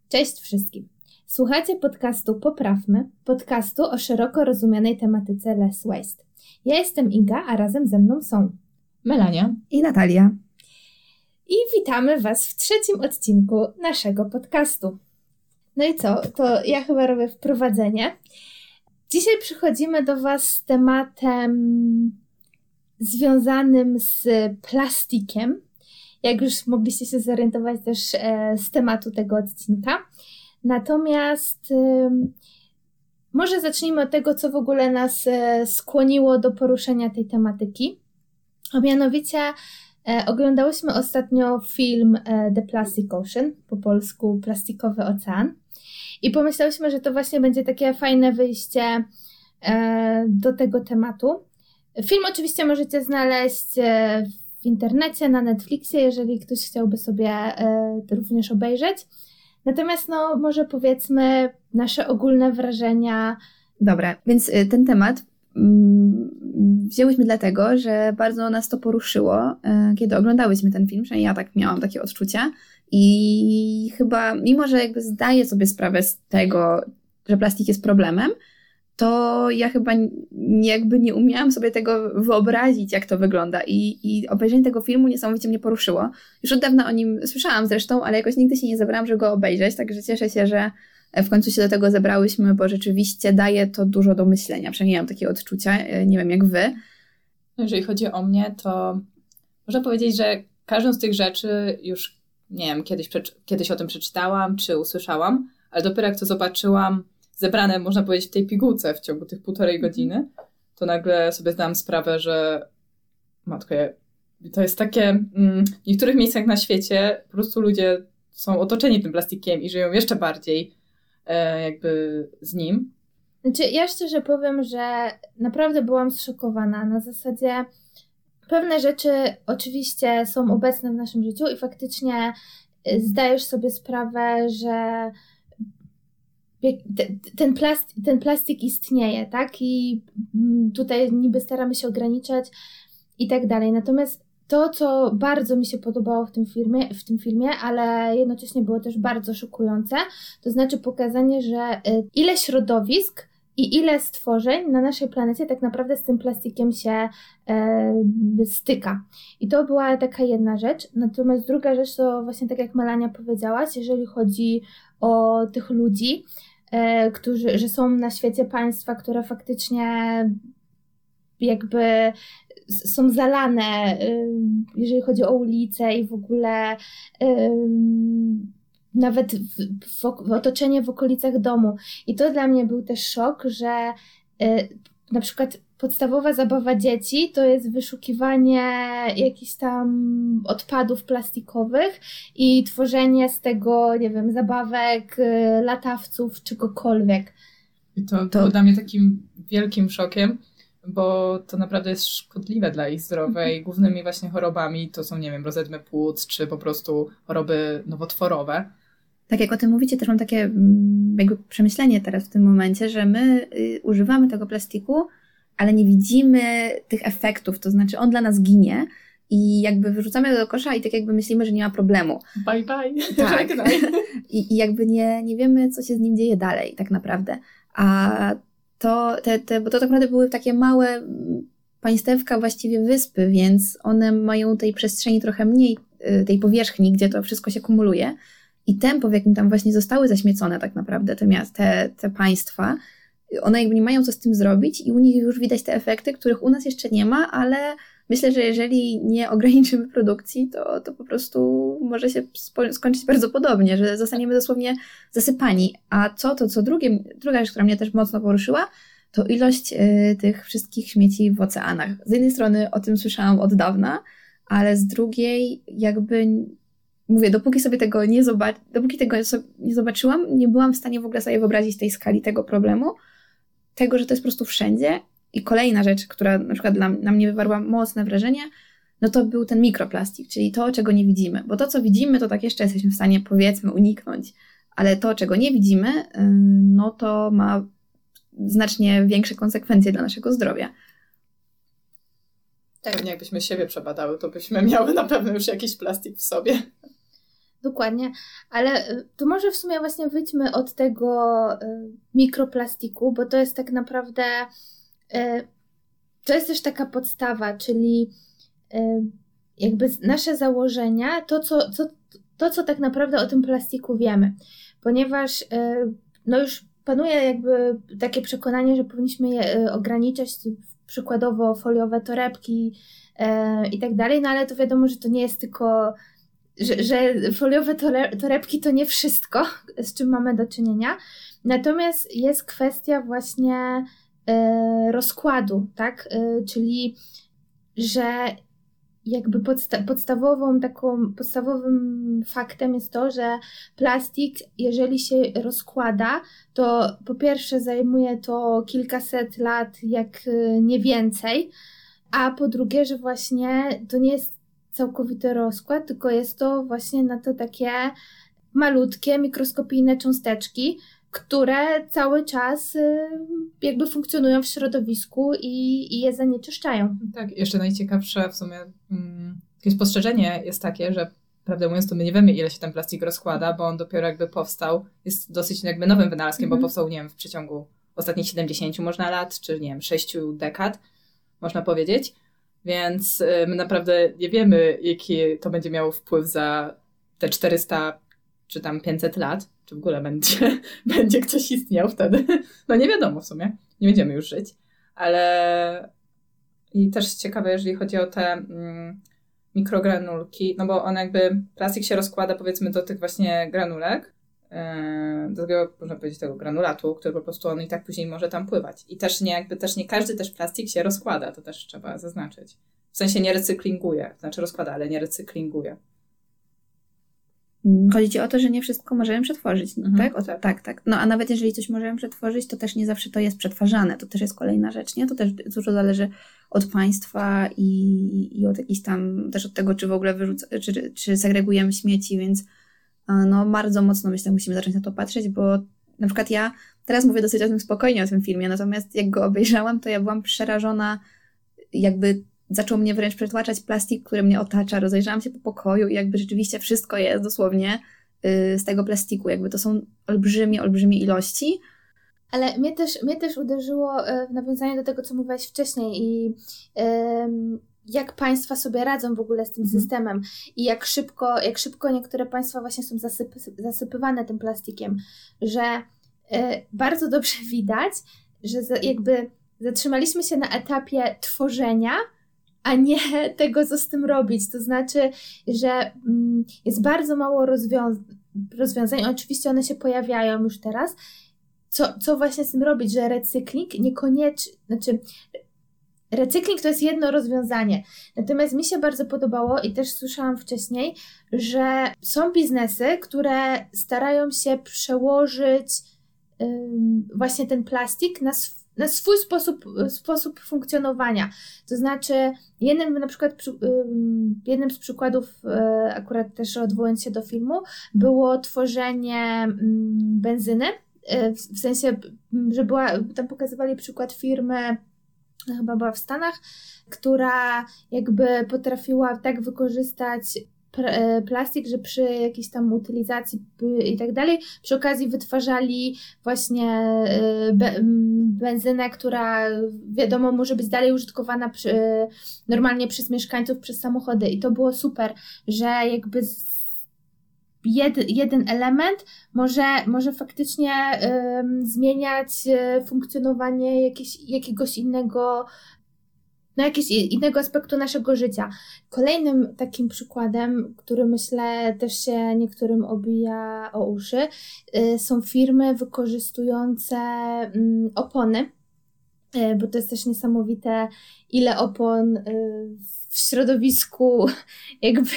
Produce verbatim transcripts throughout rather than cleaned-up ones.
Cześć wszystkim. Słuchacie podcastu Poprawmy, podcastu o szeroko rozumianej tematyce Less Waste. Ja jestem Iga, a razem ze mną są Melania i Natalia. I witamy Was w trzecim odcinku naszego podcastu. No i co? To ja chyba robię wprowadzenie. Dzisiaj przychodzimy do Was z tematem związanym z plastikiem. Jak już mogliście się zorientować też e, z tematu tego odcinka. Natomiast e, może zacznijmy od tego, co w ogóle nas e, skłoniło do poruszenia tej tematyki. A mianowicie e, oglądałyśmy ostatnio film e, The Plastic Ocean, po polsku Plastikowy Ocean. I pomyślałyśmy, że to właśnie będzie takie fajne wyjście e, do tego tematu. Film oczywiście możecie znaleźć e, w internecie, na Netflixie, jeżeli ktoś chciałby sobie e, również obejrzeć. Natomiast no może powiedzmy nasze ogólne wrażenia. Dobra, więc y, ten temat mm, wzięłyśmy dlatego, że bardzo nas to poruszyło, y, kiedy oglądałyśmy ten film, że ja tak miałam takie odczucia i chyba, mimo że jakby zdaję sobie sprawę z tego, że plastik jest problemem, to ja chyba nie, jakby nie umiałam sobie tego wyobrazić, jak to wygląda. I, I obejrzenie tego filmu niesamowicie mnie poruszyło. Już od dawna o nim słyszałam zresztą, ale jakoś nigdy się nie zebrałam, żeby go obejrzeć, także cieszę się, że w końcu się do tego zebrałyśmy, bo rzeczywiście daje to dużo do myślenia. Przynajmniej mam takie odczucia, nie wiem jak wy. Jeżeli chodzi o mnie, to można powiedzieć, że każdą z tych rzeczy już, nie wiem, kiedyś, kiedyś o tym przeczytałam, czy usłyszałam, ale dopiero jak to zobaczyłam, zebrane, można powiedzieć, w tej pigułce w ciągu tych półtorej godziny, to nagle sobie zdałam sprawę, że matko, to jest takie, mm, w niektórych miejscach na świecie po prostu ludzie są otoczeni tym plastikiem i żyją jeszcze bardziej e, jakby z nim. Znaczy, ja szczerze powiem, że naprawdę byłam zszokowana. Na zasadzie pewne rzeczy oczywiście są obecne w naszym życiu i faktycznie zdajesz sobie sprawę, że Ten, plast, ten plastik istnieje, tak? I tutaj niby staramy się ograniczać i tak dalej. Natomiast to, co bardzo mi się podobało w tym filmie, w tym filmie, ale jednocześnie było też bardzo szokujące, to znaczy pokazanie, że ile środowisk i ile stworzeń na naszej planecie tak naprawdę z tym plastikiem się e, styka. I to była taka jedna rzecz. Natomiast druga rzecz to właśnie tak jak Melania powiedziałaś, jeżeli chodzi o tych ludzi, e, którzy, że są na świecie państwa, które faktycznie jakby są zalane, e, jeżeli chodzi o ulice i w ogóle e, nawet w, w, w otoczenie w okolicach domu. I to dla mnie był też szok, że y, na przykład podstawowa zabawa dzieci to jest wyszukiwanie jakichś tam odpadów plastikowych i tworzenie z tego, nie wiem, zabawek, y, latawców, czegokolwiek. I to, to było dla mnie takim wielkim szokiem, bo to naprawdę jest szkodliwe dla ich zdrowia i głównymi właśnie chorobami to są, nie wiem, rozedmy płuc, czy po prostu choroby nowotworowe. Tak jak o tym mówicie, też mam takie jakby przemyślenie teraz w tym momencie, że my y, używamy tego plastiku, ale nie widzimy tych efektów, to znaczy on dla nas ginie i jakby wyrzucamy go do kosza i tak jakby myślimy, że nie ma problemu. Bye bye. Tak. I, I jakby nie, nie wiemy, co się z nim dzieje dalej tak naprawdę. A to, te, te, bo to tak naprawdę były takie małe państewka, właściwie wyspy, więc one mają tej przestrzeni trochę mniej, tej powierzchni, gdzie to wszystko się kumuluje. I tempo, w jakim tam właśnie zostały zaśmiecone tak naprawdę te, miast, te, te państwa, one jakby nie mają co z tym zrobić i u nich już widać te efekty, których u nas jeszcze nie ma, ale myślę, że jeżeli nie ograniczymy produkcji, to, to po prostu może się spo- skończyć bardzo podobnie, że zostaniemy dosłownie zasypani. A co to, co drugie, druga rzecz, która mnie też mocno poruszyła, to ilość y, tych wszystkich śmieci w oceanach. Z jednej strony o tym słyszałam od dawna, ale z drugiej jakby... Mówię, dopóki sobie tego nie zobac- dopóki tego sobie nie zobaczyłam, nie byłam w stanie w ogóle sobie wyobrazić tej skali tego problemu, tego, że to jest po prostu wszędzie. I kolejna rzecz, która na przykład dla, na mnie wywarła mocne wrażenie, no to był ten mikroplastik, czyli to, czego nie widzimy. Bo to, co widzimy, to tak jeszcze jesteśmy w stanie, powiedzmy, uniknąć. Ale to, czego nie widzimy, no to ma znacznie większe konsekwencje dla naszego zdrowia. Tak. Pewnie jakbyśmy siebie przebadały, to byśmy miały na pewno już jakiś plastik w sobie. Dokładnie, ale to może w sumie właśnie wyjdźmy od tego mikroplastiku, bo to jest tak naprawdę, to jest też taka podstawa, czyli jakby nasze założenia, to co, co, to co tak naprawdę o tym plastiku wiemy, ponieważ no już panuje jakby takie przekonanie, że powinniśmy je ograniczać, przykładowo foliowe torebki i tak dalej, no ale to wiadomo, że to nie jest tylko Że, że foliowe torebki to nie wszystko, z czym mamy do czynienia. Natomiast jest kwestia właśnie y, rozkładu, tak? Y, czyli, że jakby podsta- podstawową taką, podstawowym faktem jest to, że plastik, jeżeli się rozkłada, to po pierwsze zajmuje to kilkaset lat, jak nie więcej, a po drugie, że właśnie to nie jest całkowity rozkład, tylko jest to właśnie na to takie malutkie, mikroskopijne cząsteczki, które cały czas jakby funkcjonują w środowisku i, i je zanieczyszczają. Tak, jeszcze najciekawsze w sumie mm, takie spostrzeżenie jest takie, że prawdę mówiąc to my nie wiemy, ile się ten plastik rozkłada, bo on dopiero jakby powstał, jest dosyć jakby nowym wynalazkiem, mm-hmm. bo powstał, nie wiem, w przeciągu ostatnich siedemdziesięciu można lat, czy nie wiem, sześciu dekad, można powiedzieć. Więc my naprawdę nie wiemy, jaki to będzie miało wpływ za te czterysta czy tam pięćset lat, czy w ogóle będzie, będzie ktoś istniał wtedy. No nie wiadomo w sumie, nie będziemy już żyć. Ale i też ciekawe, jeżeli chodzi o te mm, mikrogranulki, no bo on jakby, plastik się rozkłada powiedzmy do tych właśnie granulek, yy, do tego, można powiedzieć, tego granulatu, który po prostu on i tak później może tam pływać. I też nie jakby, też nie każdy też plastik się rozkłada, to też trzeba zaznaczyć. W sensie nie recyklinguje, znaczy rozkłada, ale nie recyklinguje. Chodzi ci o to, że nie wszystko możemy przetworzyć, mhm, tak? O, tak? Tak, tak. No a nawet jeżeli coś możemy przetworzyć, to też nie zawsze to jest przetwarzane. To też jest kolejna rzecz, nie? To też dużo zależy od państwa i, i od jakichś tam, też od tego, czy w ogóle wyrzuca, czy, czy segregujemy śmieci, więc no bardzo mocno myślę, musimy zacząć na to patrzeć, bo na przykład ja teraz mówię dosyć o tym spokojnie, o tym filmie, natomiast jak go obejrzałam, to ja byłam przerażona, jakby zaczął mnie wręcz przytłaczać plastik, który mnie otacza. Rozejrzałam się po pokoju i jakby rzeczywiście wszystko jest dosłownie yy, z tego plastiku. Jakby to są olbrzymie, olbrzymie ilości. Ale mnie też, mnie też uderzyło w nawiązanie do tego, co mówiłaś wcześniej i yy, jak państwa sobie radzą w ogóle z tym mm. systemem i jak szybko, jak szybko niektóre państwa właśnie są zasypy, zasypywane tym plastikiem, że yy, bardzo dobrze widać, że za, jakby zatrzymaliśmy się na etapie tworzenia, a nie tego, co z tym robić. To znaczy, że mm, jest bardzo mało rozwiązań, rozwiązań. Oczywiście one się pojawiają już teraz. Co, co właśnie z tym robić, że recykling niekoniecznie, znaczy recykling to jest jedno rozwiązanie. Natomiast mi się bardzo podobało i też słyszałam wcześniej, że są biznesy, które starają się przełożyć ym, właśnie ten plastik na swój na swój sposób, sposób funkcjonowania. To znaczy, jednym na przykład, jednym z przykładów, akurat też odwołując się do filmu, było tworzenie benzyny, w sensie, że była, tam pokazywali przykład firmy, chyba była w Stanach, która jakby potrafiła tak wykorzystać plastik, że przy jakiejś tam utylizacji i tak dalej, przy okazji wytwarzali właśnie be- benzynę, która wiadomo może być dalej użytkowana przy, normalnie przez mieszkańców, przez samochody i to było super, że jakby jed, jeden element może, może faktycznie um, zmieniać funkcjonowanie jakieś, jakiegoś innego no jakiegoś innego aspektu naszego życia. Kolejnym takim przykładem, który myślę też się niektórym obija o uszy, y, są firmy wykorzystujące y, opony, y, bo to jest też niesamowite, ile opon y, w środowisku jakby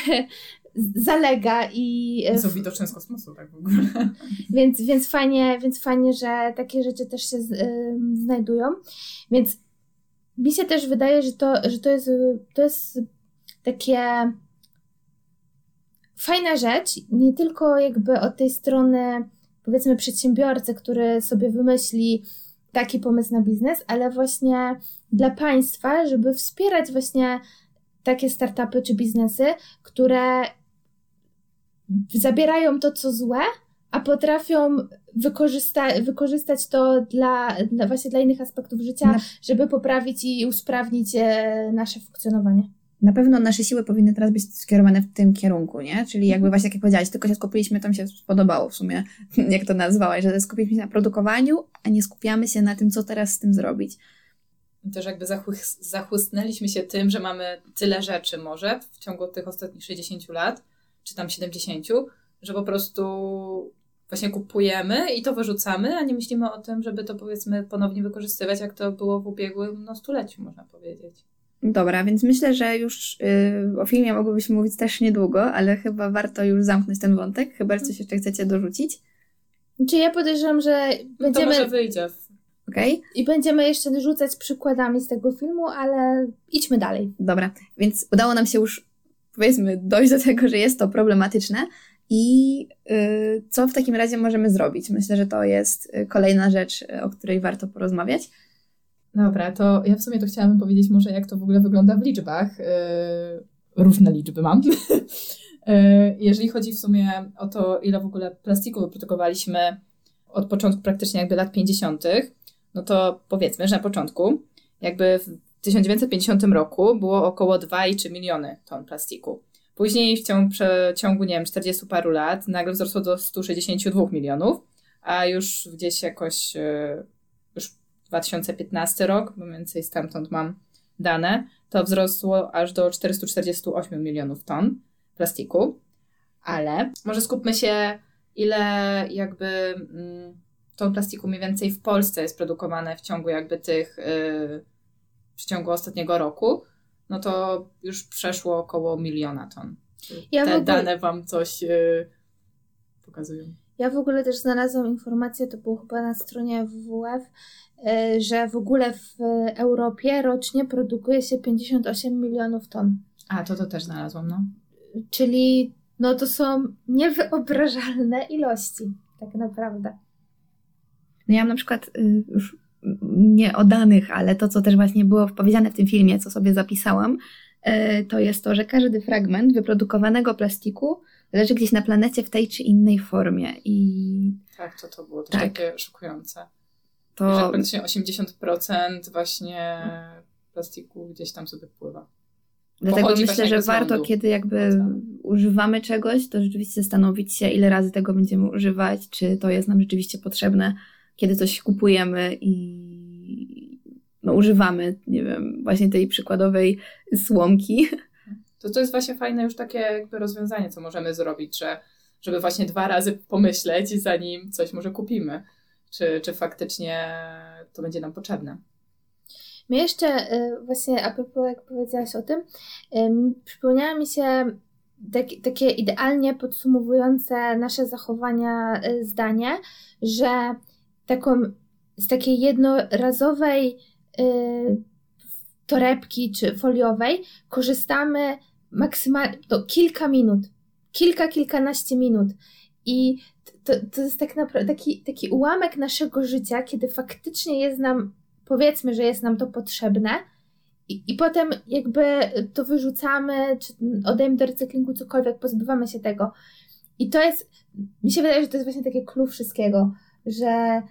zalega i... I są widoczne z kosmosu, tak w ogóle. Więc, więc, fajnie, więc fajnie, że takie rzeczy też się z, y, znajdują. Więc mi się też wydaje, że to, że to jest, to jest takie fajna rzecz, nie tylko jakby od tej strony powiedzmy przedsiębiorcy, który sobie wymyśli taki pomysł na biznes, ale właśnie dla państwa, żeby wspierać właśnie takie startupy czy biznesy, które zabierają to, co złe, a potrafią wykorzysta- wykorzystać to dla, dla właśnie dla innych aspektów życia, na... żeby poprawić i usprawnić e, nasze funkcjonowanie. Na pewno nasze siły powinny teraz być skierowane w tym kierunku, nie? Czyli jakby właśnie jak powiedziałaś, tylko się skupiliśmy, to mi się spodobało w sumie, jak to nazwałaś, że skupiliśmy się na produkowaniu, a nie skupiamy się na tym, co teraz z tym zrobić. Też jakby zachłys- zachłysnęliśmy się tym, że mamy tyle rzeczy może w ciągu tych ostatnich sześćdziesięciu lat, czy tam siedemdziesięciu, że po prostu właśnie kupujemy i to wyrzucamy, a nie myślimy o tym, żeby to powiedzmy ponownie wykorzystywać, jak to było w ubiegłym no, stuleciu, można powiedzieć. Dobra, więc myślę, że już yy, o filmie mogłybyśmy mówić też niedługo, ale chyba warto już zamknąć ten wątek, chyba że coś jeszcze chcecie dorzucić. Czy ja podejrzewam, że będziemy... To może wyjdzie. Okej. Okay. I będziemy jeszcze rzucać przykładami z tego filmu, ale idźmy dalej. Dobra, więc udało nam się już, powiedzmy, dojść do tego, że jest to problematyczne i yy, co w takim razie możemy zrobić? Myślę, że to jest kolejna rzecz, o której warto porozmawiać. Dobra, to ja w sumie to chciałabym powiedzieć może, jak to w ogóle wygląda w liczbach. Yy, różne liczby mam. yy, jeżeli chodzi w sumie o to, ile w ogóle plastiku wyprodukowaliśmy od początku praktycznie jakby lat pięćdziesiątych, no to powiedzmy, że na początku jakby w tysiąc dziewięćset pięćdziesiątym roku było około dwa i trzy miliony ton plastiku. Później w ciągu, przeciągu, nie wiem, czterdziestu paru lat nagle wzrosło do stu sześćdziesięciu dwóch milionów, a już gdzieś jakoś yy, już dwa tysiące piętnasty rok, bo mniej więcej stamtąd mam dane, to wzrosło aż do czterystu czterdziestu ośmiu milionów ton plastiku. Ale może skupmy się, ile jakby mm, ton plastiku mniej więcej w Polsce jest produkowane w ciągu jakby tych, yy, w ciągu ostatniego roku, no to już przeszło około miliona ton. Ja Te ogóle... dane wam coś yy, pokazują. Ja w ogóle też znalazłam informację, to było chyba na stronie W W F, że w ogóle w Europie rocznie produkuje się pięćdziesiąt osiem milionów ton. A, to to też znalazłam, no. Czyli no to są niewyobrażalne ilości, tak naprawdę. No ja mam na przykład y, już nie o danych, ale to, co też właśnie było powiedziane w tym filmie, co sobie zapisałam, y, to jest to, że każdy fragment wyprodukowanego plastiku leży gdzieś na planecie w tej czy innej formie. I tak, to to było też tak. takie szokujące. To... Że praktycznie osiemdziesiąt procent właśnie plastiku gdzieś tam sobie pływa. Dlatego Pochodzi myślę, że warto, lądu. kiedy jakby używamy czegoś, to rzeczywiście zastanowić się, ile razy tego będziemy używać, czy to jest nam rzeczywiście potrzebne, kiedy coś kupujemy i no, używamy, nie wiem, właśnie tej przykładowej słomki. To to jest właśnie fajne już takie jakby rozwiązanie, co możemy zrobić, że żeby właśnie dwa razy pomyśleć, zanim coś może kupimy. Czy, czy faktycznie to będzie nam potrzebne. Mnie jeszcze właśnie a propos, jak powiedziałaś o tym, przypomniało mi się tak, takie idealnie podsumowujące nasze zachowania zdanie, że taką, z takiej jednorazowej torebki czy foliowej korzystamy maksymalnie to kilka minut, kilka, kilkanaście minut i To, to jest tak naprawdę taki, taki ułamek naszego życia, kiedy faktycznie jest nam, powiedzmy, że jest nam to potrzebne i, i potem jakby to wyrzucamy, czy oddajemy do recyklingu, cokolwiek, pozbywamy się tego. I to jest, mi się wydaje, że to jest właśnie takie clue wszystkiego, że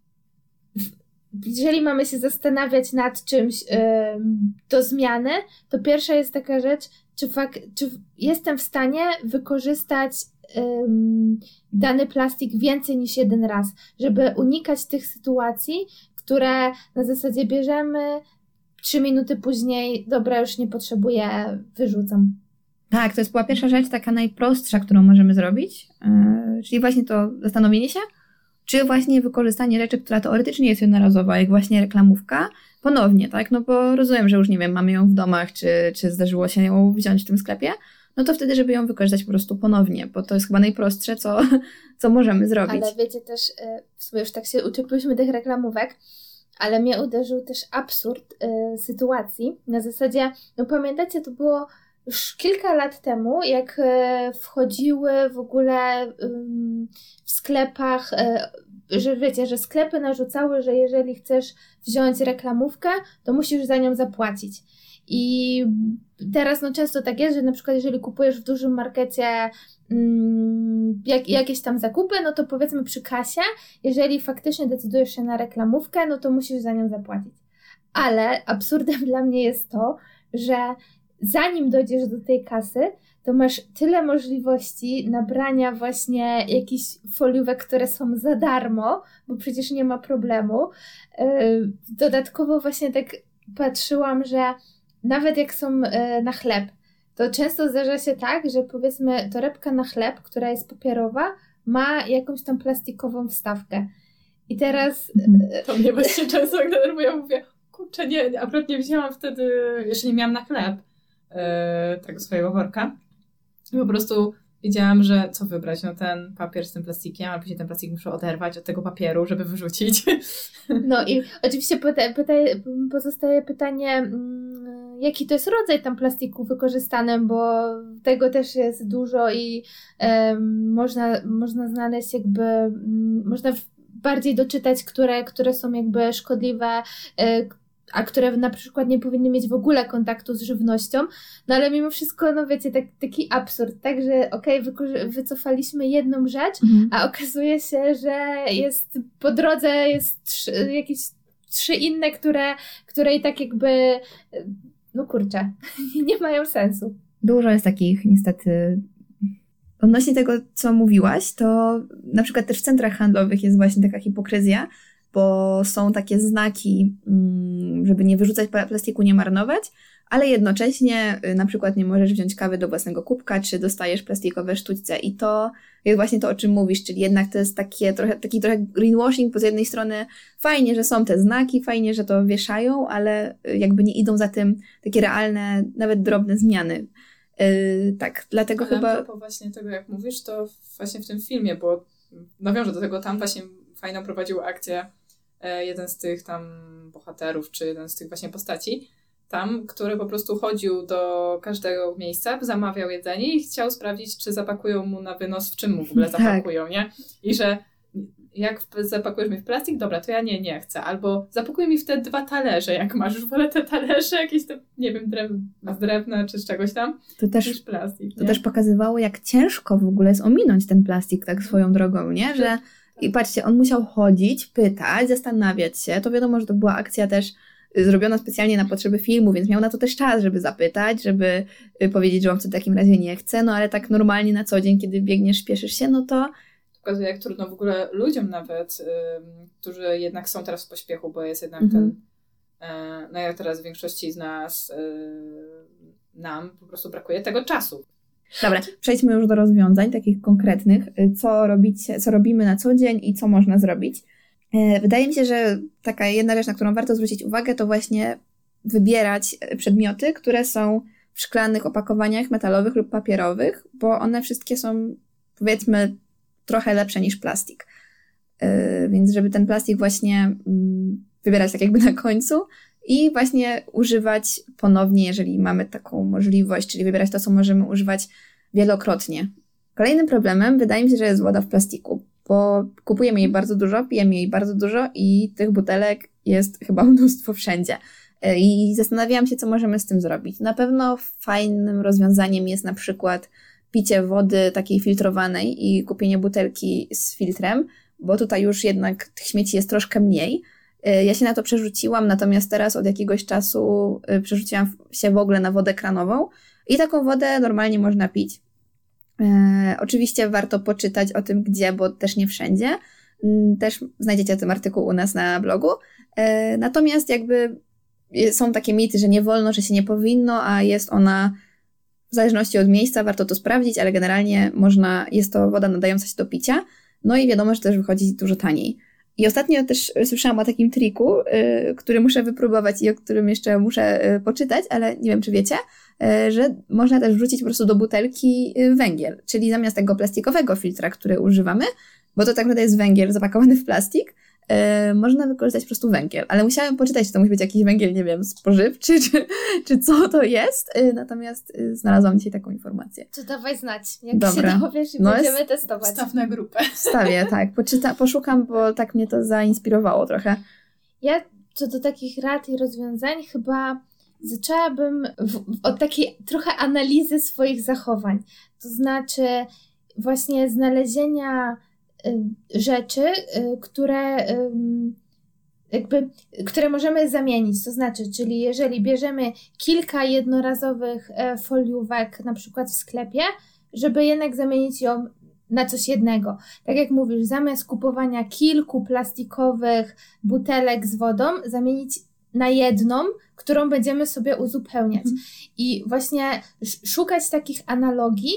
jeżeli mamy się zastanawiać nad czymś yy, do zmiany, to pierwsza jest taka rzecz, czy, fak, czy jestem w stanie wykorzystać dany plastik więcej niż jeden raz, żeby unikać tych sytuacji, które na zasadzie bierzemy, trzy minuty później, dobra, już nie potrzebuję, wyrzucam. Tak, to jest była pierwsza rzecz, taka najprostsza, którą możemy zrobić, yy, czyli właśnie to zastanowienie się, czy właśnie wykorzystanie rzeczy, która teoretycznie jest jednorazowa, jak właśnie reklamówka, ponownie, tak, no bo rozumiem, że już nie wiem, mamy ją w domach, czy, czy zdarzyło się ją wziąć w tym sklepie, no to wtedy, żeby ją wykorzystać po prostu ponownie, bo to jest chyba najprostsze, co, co możemy zrobić. Ale wiecie też, w sumie już tak się uczepiłyśmy tych reklamówek, ale mnie uderzył też absurd y, sytuacji. Na zasadzie, no pamiętacie, to było już kilka lat temu, jak y, wchodziły w ogóle y, w sklepach, y, że wiecie, że sklepy narzucały, że jeżeli chcesz wziąć reklamówkę, to musisz za nią zapłacić. I teraz no często tak jest, że na przykład jeżeli kupujesz w dużym markecie mm, jak, jakieś tam zakupy, no to powiedzmy przy kasie, jeżeli faktycznie decydujesz się na reklamówkę, no to musisz za nią zapłacić. Ale absurdem dla mnie jest to, że zanim dojdziesz do tej kasy, to masz tyle możliwości nabrania właśnie jakichś foliówek, które są za darmo, bo przecież nie ma problemu. Dodatkowo właśnie tak patrzyłam, że nawet jak są na chleb, to często zdarza się tak, że powiedzmy torebka na chleb, która jest papierowa, ma jakąś tam plastikową wstawkę. I teraz... To mnie właśnie często denerwuje, ja mówię, kurczę, nie, akurat nie wzięłam wtedy, jeszcze nie miałam na chleb yy, tego swojego worka. I po prostu wiedziałam, że co wybrać, no ten papier z tym plastikiem, a później ten plastik muszę oderwać od tego papieru, żeby wyrzucić. No i oczywiście pyta, pyta, pozostaje pytanie, jaki to jest rodzaj tam plastiku wykorzystanym, bo tego też jest dużo i e, można, można znaleźć jakby, m, można bardziej doczytać, które, które są jakby szkodliwe, e, a które na przykład nie powinny mieć w ogóle kontaktu z żywnością, no ale mimo wszystko, no wiecie, tak, taki absurd, tak, że okej, okay, wycofaliśmy jedną rzecz, mhm. a okazuje się, że jest po drodze jest trzy, jakieś trzy inne, które, które i tak jakby, no kurczę, nie mają sensu. Dużo jest takich niestety. Odnośnie tego, co mówiłaś, to na przykład też w centrach handlowych jest właśnie taka hipokryzja, bo są takie znaki, żeby nie wyrzucać plastiku, nie marnować, ale jednocześnie na przykład nie możesz wziąć kawy do własnego kubka, czy dostajesz plastikowe sztućce i to jest właśnie to, o czym mówisz, czyli jednak to jest takie trochę, taki trochę greenwashing, bo z jednej strony fajnie, że są te znaki, fajnie, że to wieszają, ale jakby nie idą za tym takie realne, nawet drobne zmiany. Yy, tak, dlatego ale chyba... A propos właśnie tego, jak mówisz, to właśnie w tym filmie, bo nawiążę do tego, tam właśnie fajną prowadził akcję jeden z tych tam bohaterów, czy jeden z tych właśnie postaci, tam, który po prostu chodził do każdego miejsca, zamawiał jedzenie i chciał sprawdzić, czy zapakują mu na wynos, w czym mu w ogóle zapakują, tak. nie? I że jak zapakujesz mi w plastik, dobra, to ja nie, nie chcę. Albo zapakuj mi w te dwa talerze, jak masz, już wolę te talerze, jakieś tam, nie wiem, drew, z drewna czy z czegoś tam, to też, niż plastik. To nie? też pokazywało, jak ciężko w ogóle jest ominąć ten plastik tak swoją drogą, nie? Że i patrzcie, on musiał chodzić, pytać, zastanawiać się. To wiadomo, że to była akcja też zrobiona specjalnie na potrzeby filmu, więc miał na to też czas, żeby zapytać, żeby powiedzieć, że on w takim razie nie chce, no ale tak normalnie na co dzień, kiedy biegniesz, śpieszysz się, no to... Pokazuje, jak trudno w ogóle ludziom nawet, y, którzy jednak są teraz w pośpiechu, bo jest jednak mhm. ten, y, no jak teraz większości z nas, y, nam po prostu brakuje tego czasu. Dobra, przejdźmy już do rozwiązań takich konkretnych, co robić, co robimy na co dzień i co można zrobić. Wydaje mi się, że taka jedna rzecz, na którą warto zwrócić uwagę, to właśnie wybierać przedmioty, które są w szklanych opakowaniach metalowych lub papierowych, bo one wszystkie są, powiedzmy, trochę lepsze niż plastik. Więc żeby ten plastik właśnie wybierać tak jakby na końcu i właśnie używać ponownie, jeżeli mamy taką możliwość, czyli wybierać to, co możemy używać wielokrotnie. Kolejnym problemem wydaje mi się, że jest woda w plastiku, bo kupujemy jej bardzo dużo, pijemy jej bardzo dużo i tych butelek jest chyba mnóstwo wszędzie. I zastanawiałam się, co możemy z tym zrobić. Na pewno fajnym rozwiązaniem jest na przykład picie wody takiej filtrowanej i kupienie butelki z filtrem, bo tutaj już jednak tych śmieci jest troszkę mniej. Ja się na to przerzuciłam, natomiast teraz od jakiegoś czasu przerzuciłam się w ogóle na wodę kranową i taką wodę normalnie można pić. E, oczywiście warto poczytać o tym, gdzie, bo też nie wszędzie. Też znajdziecie o tym artykuł u nas na blogu. E, natomiast jakby są takie mity, że nie wolno, że się nie powinno, a jest ona w zależności od miejsca, warto to sprawdzić, ale generalnie można, jest to woda nadająca się do picia. No i wiadomo, że też wychodzi dużo taniej. I ostatnio też słyszałam o takim triku, yy, który muszę wypróbować i o którym jeszcze muszę yy, poczytać, ale nie wiem, czy wiecie, yy, że można też wrzucić po prostu do butelki yy, węgiel, czyli zamiast tego plastikowego filtra, który używamy, bo to tak naprawdę jest węgiel zapakowany w plastik, yy, można wykorzystać po prostu węgiel. Ale musiałam poczytać, czy to musi być jakiś węgiel, nie wiem, spożywczy, czy, czy co to jest, yy, natomiast yy, znalazłam dzisiaj taką informację. To dawaj znać, jak Dobra. się dowiesz i no będziemy jest... testować. Wstaw na grupę. Wstawię, tak. Poczyta, poszukam, bo tak mnie to zainspirowało trochę. Ja co do takich rad i rozwiązań chyba zaczęłabym w, w, od takiej trochę analizy swoich zachowań. To znaczy właśnie znalezienia rzeczy, które jakby, które możemy zamienić, to znaczy, czyli jeżeli bierzemy kilka jednorazowych foliówek na przykład w sklepie, żeby jednak zamienić ją na coś jednego. Tak jak mówisz, zamiast kupowania kilku plastikowych butelek z wodą, zamienić na jedną, którą będziemy sobie uzupełniać. Mhm. I właśnie szukać takich analogii,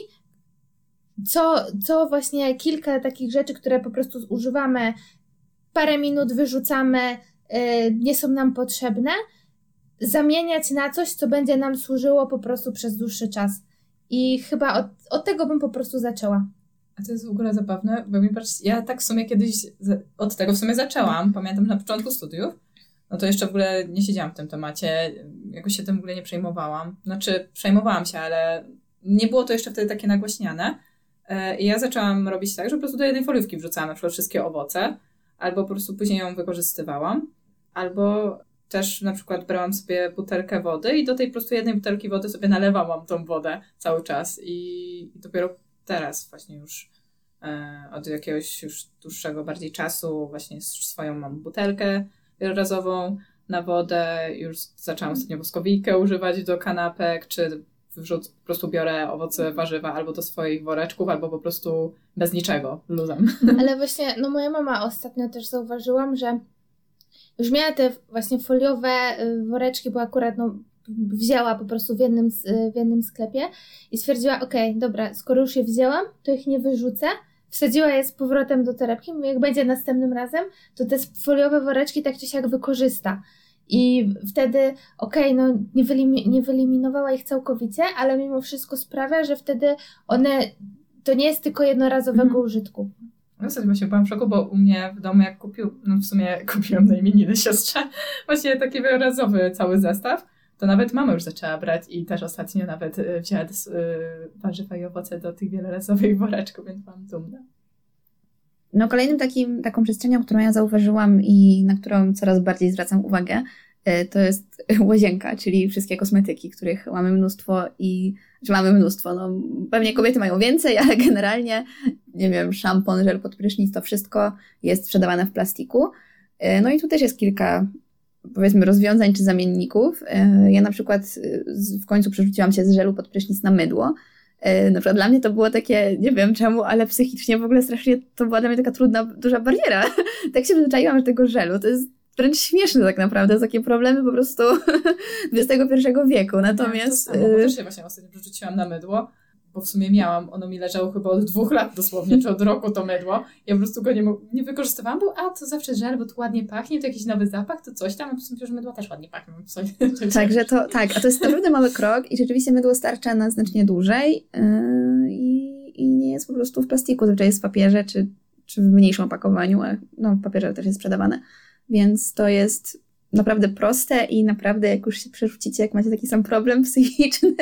co, co właśnie kilka takich rzeczy, które po prostu używamy, parę minut wyrzucamy, yy, nie są nam potrzebne, zamieniać na coś, co będzie nam służyło po prostu przez dłuższy czas. I chyba od, od tego bym po prostu zaczęła. A to jest w ogóle zabawne, bo mi patrzcie, ja tak w sumie kiedyś od tego w sumie zaczęłam, pamiętam na początku studiów, no to jeszcze w ogóle nie siedziałam w tym temacie, jakoś się tym w ogóle nie przejmowałam. Znaczy przejmowałam się, ale nie było to jeszcze wtedy takie nagłaśniane. I ja zaczęłam robić tak, że po prostu do jednej foliówki wrzucałam na przykład wszystkie owoce, albo po prostu później ją wykorzystywałam, albo też na przykład brałam sobie butelkę wody i do tej po prostu jednej butelki wody sobie nalewałam tą wodę cały czas i, i dopiero teraz właśnie już e, od jakiegoś już dłuższego bardziej czasu właśnie swoją mam butelkę wielorazową na wodę, już zaczęłam ostatnio błyskowicę używać do kanapek, czy wrzuc, po prostu biorę owoce, warzywa albo do swoich woreczków, albo po prostu bez niczego, luzem. Ale właśnie, no moja mama ostatnio też zauważyłam, że już miała te właśnie foliowe woreczki, bo akurat no wzięła po prostu w jednym, w jednym sklepie i stwierdziła, okej, okay, dobra, skoro już je wzięłam, to ich nie wyrzucę. Wsadziła je z powrotem do torebki, mówię, jak będzie następnym razem, to te foliowe woreczki tak czy siak wykorzysta. I wtedy, okej, okay, no nie, wylimi- nie wyeliminowała ich całkowicie, ale mimo wszystko sprawia, że wtedy one, to nie jest tylko jednorazowego mm. użytku. No w właśnie byłam w szoku, bo u mnie w domu jak kupił, no w sumie kupiłam na imieniny siostrze właśnie taki wielorazowy cały zestaw, to nawet mama już zaczęła brać i też ostatnio nawet wzięła y, warzywa i owoce do tych wielorazowych woreczków, więc byłam dumna. No kolejnym takim, taką przestrzenią, którą ja zauważyłam i na którą coraz bardziej zwracam uwagę, to jest łazienka, czyli wszystkie kosmetyki, których mamy mnóstwo i, że mamy mnóstwo, no pewnie kobiety mają więcej, ale generalnie, nie wiem, szampon, żel pod prysznic, to wszystko jest sprzedawane w plastiku. No i tu też jest kilka, powiedzmy, rozwiązań czy zamienników. Ja na przykład w końcu przerzuciłam się z żelu pod prysznic na mydło. Na przykład dla mnie to było takie, nie wiem czemu, ale psychicznie w ogóle strasznie to była dla mnie taka trudna, duża bariera. Tak się przyzwyczaiłam do tego żelu. To jest wręcz śmieszne tak naprawdę. To takie problemy po prostu dwudziestego pierwszego wieku. Natomiast... Ja, to samo, bo też się właśnie ostatnio przerzuciłam na mydło, bo w sumie miałam, ono mi leżało chyba od dwóch lat dosłownie, czy od roku to mydło. Ja po prostu go nie, nie wykorzystywałam, bo a, to zawsze żel, bo tu ładnie pachnie, to jakiś nowy zapach, to coś tam, a po prostu że mydła też ładnie pachną. Coś, coś Także to, tak, a to jest naprawdę mały krok i rzeczywiście mydło starcza na znacznie dłużej yy, i, i nie jest po prostu w plastiku, zazwyczaj jest w papierze, czy, czy w mniejszym opakowaniu, ale no w papierze też jest sprzedawane, więc to jest naprawdę proste i naprawdę jak już się przerzucicie, jak macie taki sam problem psychiczny,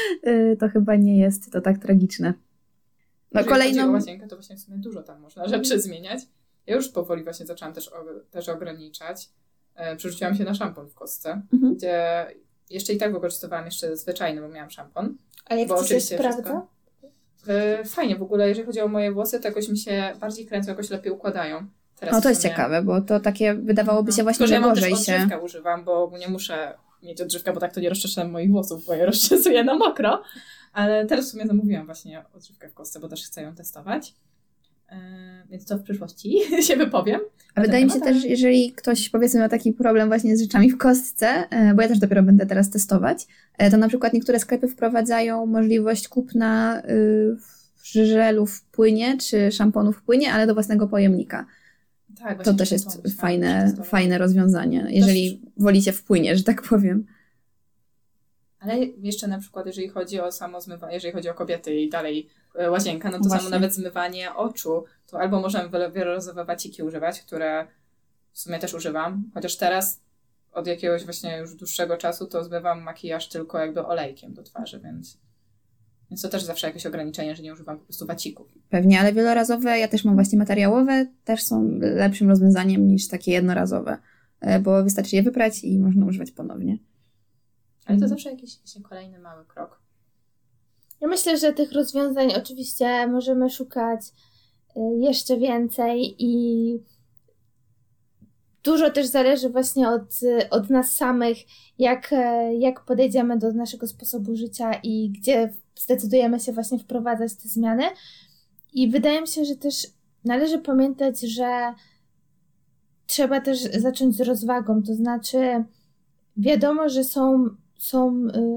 to chyba nie jest to tak tragiczne. No jeżeli kolejną... chodzi o łazienkę, to właśnie w sumie dużo tam można rzeczy zmieniać. Ja już powoli właśnie zaczęłam też, też ograniczać. Przerzuciłam się na szampon w kostce, mhm. gdzie jeszcze i tak wykorzystywałam jeszcze zwyczajny, bo miałam szampon. A jak bo ci się sprawdza? Fajnie, w ogóle jeżeli chodzi o moje włosy, to jakoś mi się bardziej kręcą, jakoś lepiej układają. Teraz no to jest ciekawe, bo to takie wydawało się właśnie, że gorzej się... Ja odżywkę używam, bo nie muszę mieć odżywkę, bo tak to nie rozczeszam moich włosów, bo je rozczesuję na mokro. Ale teraz w sumie zamówiłam właśnie odżywkę w kostce, bo też chcę ją testować. Yy, więc to w przyszłości się wypowiem. A wydaje mi się też, jeżeli ktoś powiedzmy ma taki problem właśnie z rzeczami w kostce, bo ja też dopiero będę teraz testować, to na przykład niektóre sklepy wprowadzają możliwość kupna żelu w płynie czy szamponu w płynie, ale do własnego pojemnika. Tak, to też jest to fajne, fajne rozwiązanie, jeżeli też... wolicie w płynie, że tak powiem. Ale jeszcze na przykład, jeżeli chodzi o samo zmywanie, jeżeli chodzi o kobiety i dalej łazienka, no to Właśnie. samo nawet zmywanie oczu, to albo możemy wielorazowe waciki używać, które w sumie też używam, chociaż teraz od jakiegoś właśnie już dłuższego czasu to zmywam makijaż tylko jakby olejkiem do twarzy, więc... Więc to też zawsze jakieś ograniczenie, że nie używam po prostu wacików. Pewnie, ale wielorazowe, ja też mam właśnie materiałowe, też są lepszym rozwiązaniem niż takie jednorazowe, bo wystarczy je wyprać i można używać ponownie. Ale to zawsze jakiś właśnie kolejny mały krok. Ja myślę, że tych rozwiązań oczywiście możemy szukać jeszcze więcej i dużo też zależy właśnie od, od nas samych, jak, jak podejdziemy do naszego sposobu życia i gdzie zdecydujemy się właśnie wprowadzać te zmiany. I wydaje mi się, że też należy pamiętać, że trzeba też zacząć z rozwagą, to znaczy wiadomo, że są, są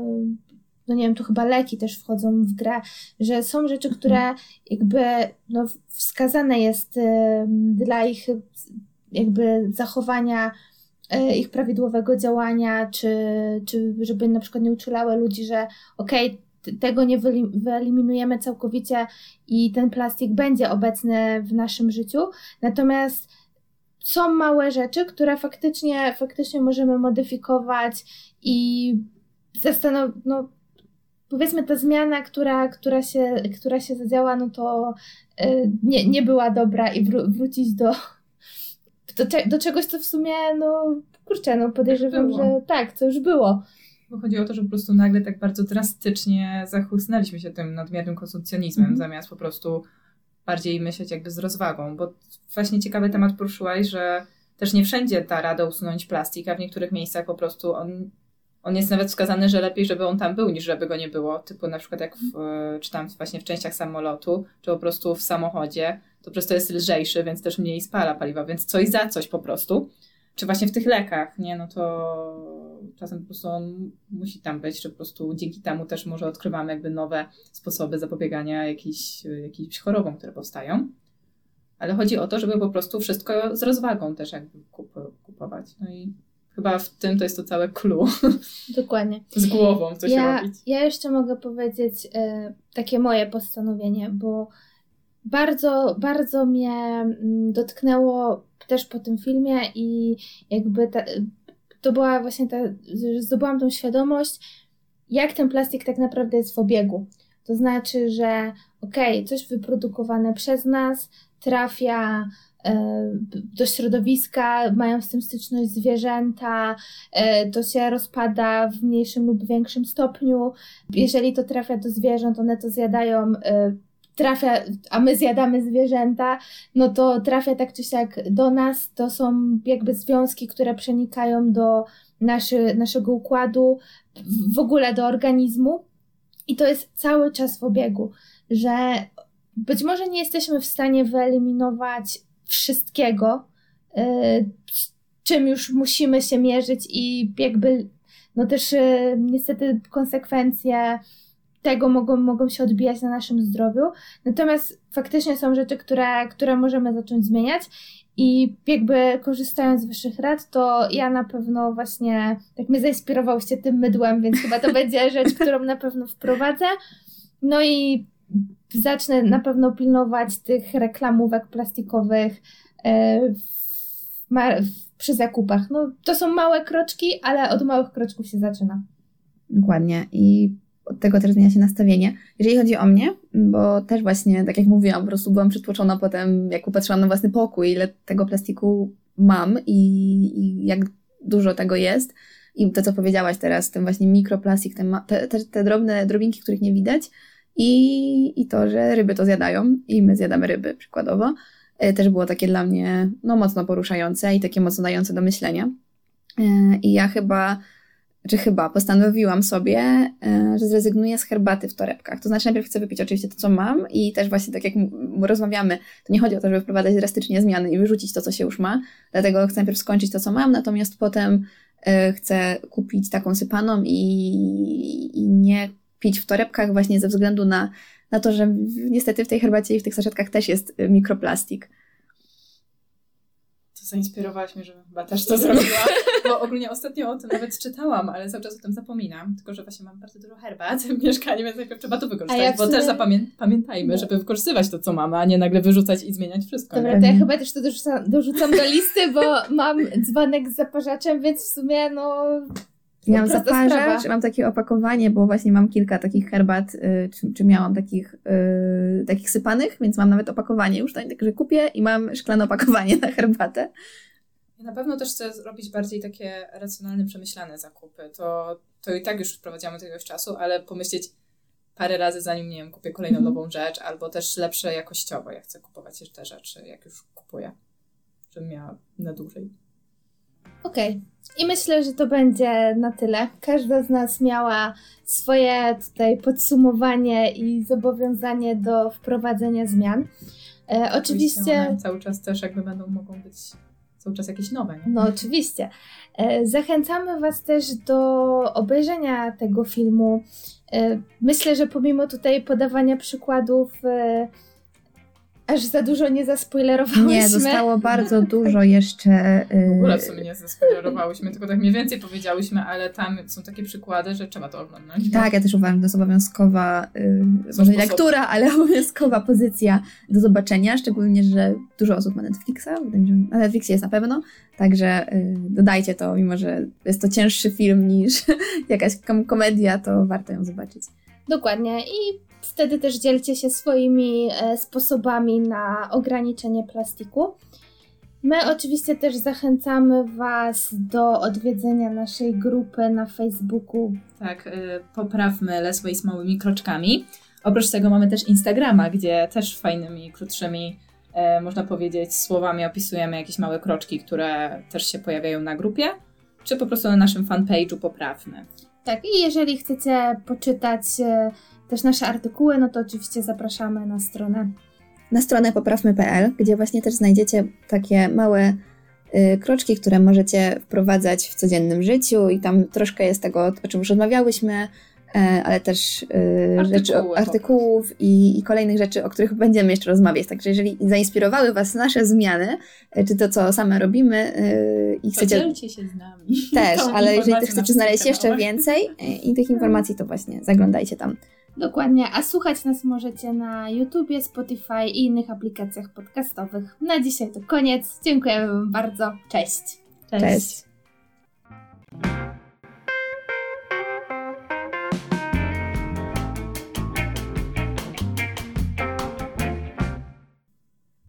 no nie wiem, tu chyba leki też wchodzą w grę, że są rzeczy, które jakby no, wskazane jest dla ich jakby zachowania, ich prawidłowego działania, czy, czy żeby na przykład nie uczulały ludzi, że okej, okay, tego nie wyeliminujemy całkowicie i ten plastik będzie obecny w naszym życiu, natomiast są małe rzeczy, które faktycznie, faktycznie możemy modyfikować i zastanowić, no powiedzmy ta zmiana, która, która, się, która się zadziała, no to y, nie, nie była dobra i wró- wrócić do, do, do czegoś, co w sumie, no kurczę, no podejrzewam, że tak, co już było. Bo chodzi o to, że po prostu nagle tak bardzo drastycznie zachłysnęliśmy się tym nadmiernym konsumpcjonizmem, mm. zamiast po prostu bardziej myśleć jakby z rozwagą, bo właśnie ciekawy temat poruszyłaś, że też nie wszędzie da rada usunąć plastik, a w niektórych miejscach po prostu on, on jest nawet wskazany, że lepiej, żeby on tam był, niż żeby go nie było, typu na przykład jak w, czy tam właśnie w częściach samolotu, czy po prostu w samochodzie, to po prostu jest lżejszy, więc też mniej spala paliwa, więc coś za coś po prostu. Czy właśnie w tych lekach, nie, no to czasem po prostu on musi tam być, czy po prostu dzięki temu też może odkrywamy jakby nowe sposoby zapobiegania jakiejś, jakiejś chorobom, które powstają. Ale chodzi o to, żeby po prostu wszystko z rozwagą też jakby kupować. No i chyba w tym to jest to całe clue. Dokładnie. Z głową coś ja, robić. Ja jeszcze mogę powiedzieć y, takie moje postanowienie, bo bardzo, bardzo mnie dotknęło też po tym filmie i jakby ta, to była właśnie ta, że zdobyłam tą świadomość, jak ten plastik tak naprawdę jest w obiegu. To znaczy, że okej, okay, coś wyprodukowane przez nas trafia do środowiska, mają z tym styczność zwierzęta, to się rozpada w mniejszym lub większym stopniu. Jeżeli to trafia do zwierząt, one to zjadają, trafia, a my zjadamy zwierzęta, no to trafia tak czy siak do nas. To są jakby związki, które przenikają do naszy, naszego układu, w ogóle do organizmu i to jest cały czas w obiegu, że być może nie jesteśmy w stanie wyeliminować wszystkiego, z czym już musimy się mierzyć i jakby no też niestety konsekwencje tego mogą, mogą się odbijać na naszym zdrowiu. Natomiast faktycznie są rzeczy, które, które możemy zacząć zmieniać i jakby korzystając z waszych rad, to ja na pewno właśnie tak mnie zainspirowałyście tym mydłem, więc chyba to będzie rzecz, którą na pewno wprowadzę. No i zacznę na pewno pilnować tych reklamówek plastikowych yy, w, ma- w, przy zakupach. No to są małe kroczki, ale od małych kroczków się zaczyna. Dokładnie i od tego też zmienia się nastawienie. Jeżeli chodzi o mnie, bo też właśnie, tak jak mówiłam, po prostu byłam przytłoczona potem, jak popatrzyłam na własny pokój, ile tego plastiku mam i, i jak dużo tego jest. I to, co powiedziałaś teraz, ten właśnie mikroplastik, ten ma, te, te, te drobne drobinki, których nie widać i, i to, że ryby to zjadają i my zjadamy ryby przykładowo, też było takie dla mnie no, mocno poruszające i takie mocno dające do myślenia. I ja chyba czy chyba postanowiłam sobie, że zrezygnuję z herbaty w torebkach. To znaczy najpierw chcę wypić oczywiście to, co mam i też właśnie tak jak rozmawiamy, to nie chodzi o to, żeby wprowadzać drastycznie zmiany i wyrzucić to, co się już ma, dlatego chcę najpierw skończyć to, co mam, natomiast potem chcę kupić taką sypaną i, i nie pić w torebkach właśnie ze względu na, na to, że niestety w tej herbacie i w tych saszetkach też jest mikroplastik. To zainspirowałaś mnie, żebym chyba też to zrobiła, bo ogólnie ostatnio o tym nawet czytałam, ale cały czas o tym zapominam, tylko że właśnie mam bardzo dużo herbat w mieszkaniu, więc najpierw trzeba to wykorzystać, ja bo sumie... też zapamię- pamiętajmy, no. żeby wykorzystywać to, co mamy, a nie nagle wyrzucać i zmieniać wszystko. Dobra, nie? To ja chyba też to dorzucam, dorzucam do listy, bo mam dzwonek z zaparzaczem, więc w sumie no... Ja mam zaparzacz, mam takie opakowanie, bo właśnie mam kilka takich herbat, y, czy, czy miałam takich, y, takich sypanych, więc mam nawet opakowanie już, tak, że kupię i mam szklane opakowanie na herbatę. Ja na pewno też chcę zrobić bardziej takie racjonalne, przemyślane zakupy. To, to i tak już wprowadzamy tego czasu, ale pomyśleć, parę razy, zanim, nie wiem, kupię kolejną Mhm. nową rzecz, albo też lepsze jakościowo. Ja chcę kupować jeszcze te rzeczy, jak już kupuję, żebym miała na dłużej. Okej. Okay. I myślę, że to będzie na tyle. Każda z nas miała swoje tutaj podsumowanie i zobowiązanie do wprowadzenia zmian. E, oczywiście... One cały czas też jakby będą, mogą być cały czas jakieś nowe, nie? No oczywiście. E, zachęcamy Was też do obejrzenia tego filmu. E, myślę, że pomimo tutaj podawania przykładów e, aż za dużo nie zaspoilerowałyśmy. Nie, zostało bardzo dużo jeszcze. Yy... W ogóle w sumie nie zaspoilerowałyśmy, tylko tak mniej więcej powiedziałyśmy, ale tam są takie przykłady, że trzeba to oglądać. Tak, ja też uważam, że to jest obowiązkowa, yy, może nie lektura, ale obowiązkowa pozycja do zobaczenia, szczególnie, że dużo osób ma Netflixa, na Netflixie jest na pewno, także yy, dodajcie to, mimo że jest to cięższy film niż jakaś kom- komedia, to warto ją zobaczyć. Dokładnie i wtedy też dzielcie się swoimi e, sposobami na ograniczenie plastiku. My oczywiście też zachęcamy Was do odwiedzenia naszej grupy na Facebooku. Tak, y, poprawmy Less Waste małymi kroczkami. Oprócz tego mamy też Instagrama, gdzie też fajnymi, krótszymi, y, można powiedzieć, słowami opisujemy jakieś małe kroczki, które też się pojawiają na grupie, czy po prostu na naszym fanpage'u poprawmy. Tak, i jeżeli chcecie poczytać e, też nasze artykuły, no to oczywiście zapraszamy na stronę. Na stronę poprawmy kropka p l, gdzie właśnie też znajdziecie takie małe y, kroczki, które możecie wprowadzać w codziennym życiu i tam troszkę jest tego, o czym już rozmawiałyśmy, y, ale też y, rzeczy, Artykuły, artykułów i, i kolejnych rzeczy, o których będziemy jeszcze rozmawiać. Także jeżeli zainspirowały Was nasze zmiany, y, czy to, co same robimy y, i chcecie... Podzielcie się z nami. Też, ale jeżeli też chcecie znaleźć jeszcze kanałach. więcej y, i tych informacji, to właśnie zaglądajcie tam. Dokładnie, a słuchać nas możecie na YouTubie, Spotify i innych aplikacjach podcastowych. Na dzisiaj to koniec. Dziękujemy Wam bardzo. Cześć. Cześć.